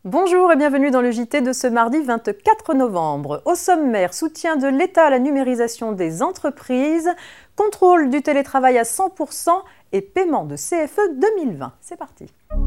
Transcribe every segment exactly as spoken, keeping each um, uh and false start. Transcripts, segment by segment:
Bonjour et bienvenue dans le J T de ce mardi vingt-quatre novembre. Au sommaire, soutien de l'État à la numérisation des entreprises, contrôle du télétravail à cent pour cent et paiement de C F E deux mille vingt. C'est parti.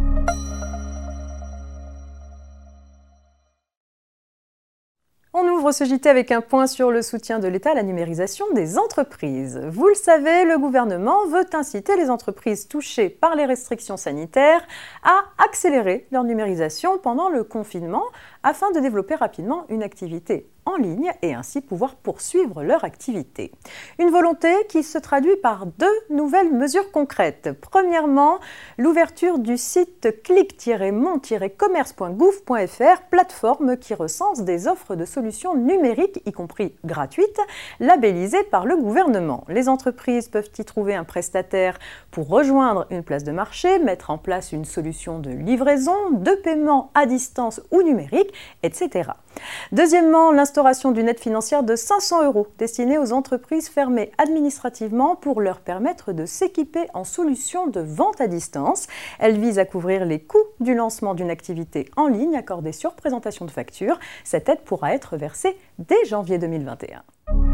On ouvre ce J T avec un point sur le soutien de l'État à la numérisation des entreprises. Vous le savez, le gouvernement veut inciter les entreprises touchées par les restrictions sanitaires à accélérer leur numérisation pendant le confinement afin de développer rapidement une activité en ligne et ainsi pouvoir poursuivre leur activité. Une volonté qui se traduit par deux nouvelles mesures concrètes. Premièrement, l'ouverture du site clic tiret mon tiret commerce point gouv point f r, plateforme qui recense des offres de solutions numériques, y compris gratuites, labellisées par le gouvernement. Les entreprises peuvent y trouver un prestataire pour rejoindre une place de marché, mettre en place une solution de livraison, de paiement à distance ou numérique, et cetera. Deuxièmement, l'instauration d'une aide financière de cinq cents euros destinée aux entreprises fermées administrativement pour leur permettre de s'équiper en solutions de vente à distance. Elle vise à couvrir les coûts du lancement d'une activité en ligne accordée sur présentation de facture. Cette aide pourra être versée dès janvier deux mille vingt et un.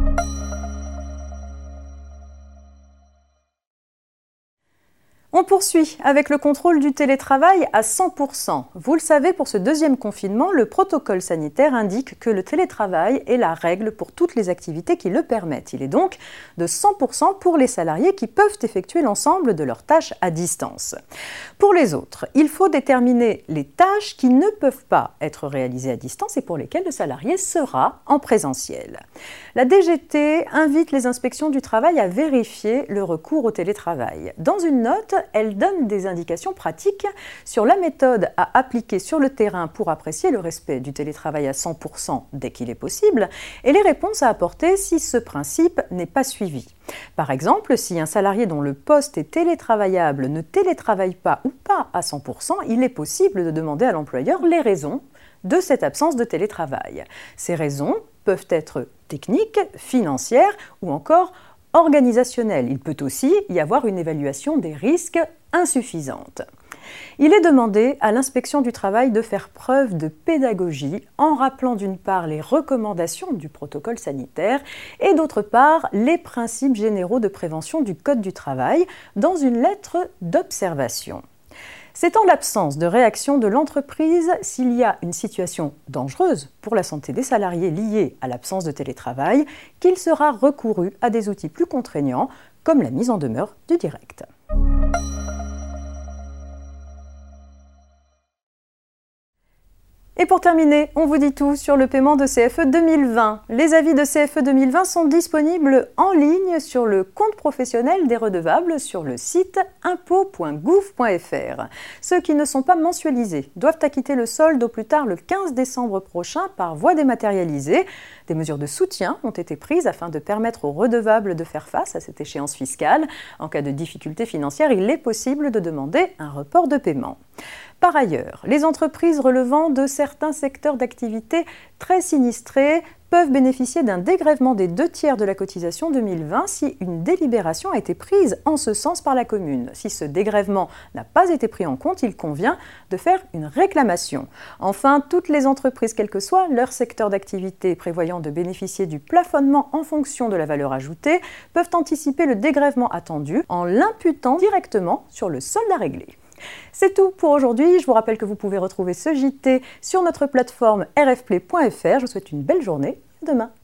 On poursuit avec le contrôle du télétravail à cent pour cent. Vous le savez, pour ce deuxième confinement, le protocole sanitaire indique que le télétravail est la règle pour toutes les activités qui le permettent. Il est donc de cent pour cent pour les salariés qui peuvent effectuer l'ensemble de leurs tâches à distance. Pour les autres, il faut déterminer les tâches qui ne peuvent pas être réalisées à distance et pour lesquelles le salarié sera en présentiel. La D G T invite les inspections du travail à vérifier le recours au télétravail. Dans une note, elle donne des indications pratiques sur la méthode à appliquer sur le terrain pour apprécier le respect du télétravail à cent pour cent dès qu'il est possible et les réponses à apporter si ce principe n'est pas suivi. Par exemple, si un salarié dont le poste est télétravaillable ne télétravaille pas ou pas à cent pour cent, il est possible de demander à l'employeur les raisons de cette absence de télétravail. Ces raisons peuvent être techniques, financières ou encore organisationnelle. Il peut aussi y avoir une évaluation des risques insuffisante. Il est demandé à l'inspection du travail de faire preuve de pédagogie en rappelant d'une part les recommandations du protocole sanitaire et d'autre part les principes généraux de prévention du Code du travail dans une lettre d'observation. C'est en l'absence de réaction de l'entreprise s'il y a une situation dangereuse pour la santé des salariés liée à l'absence de télétravail qu'il sera recouru à des outils plus contraignants comme la mise en demeure du direct. Et pour terminer, on vous dit tout sur le paiement de C F E deux mille vingt. Les avis de C F E deux mille vingt sont disponibles en ligne sur le compte professionnel des redevables sur le site impôt point gouv point f r. Ceux qui ne sont pas mensualisés doivent acquitter le solde au plus tard le quinze décembre prochain par voie dématérialisée. Des mesures de soutien ont été prises afin de permettre aux redevables de faire face à cette échéance fiscale. En cas de difficulté financière, il est possible de demander un report de paiement. Par ailleurs, les entreprises relevant de certains secteurs d'activité très sinistrés peuvent bénéficier d'un dégrèvement des deux tiers de la cotisation deux mille vingt si une délibération a été prise en ce sens par la commune. Si ce dégrèvement n'a pas été pris en compte, il convient de faire une réclamation. Enfin, toutes les entreprises, quel que soit leur secteur d'activité prévoyant de bénéficier du plafonnement en fonction de la valeur ajoutée, peuvent anticiper le dégrèvement attendu en l'imputant directement sur le solde à régler. C'est tout pour aujourd'hui. Je vous rappelle que vous pouvez retrouver ce J T sur notre plateforme r f play point f r. Je vous souhaite une belle journée. À demain.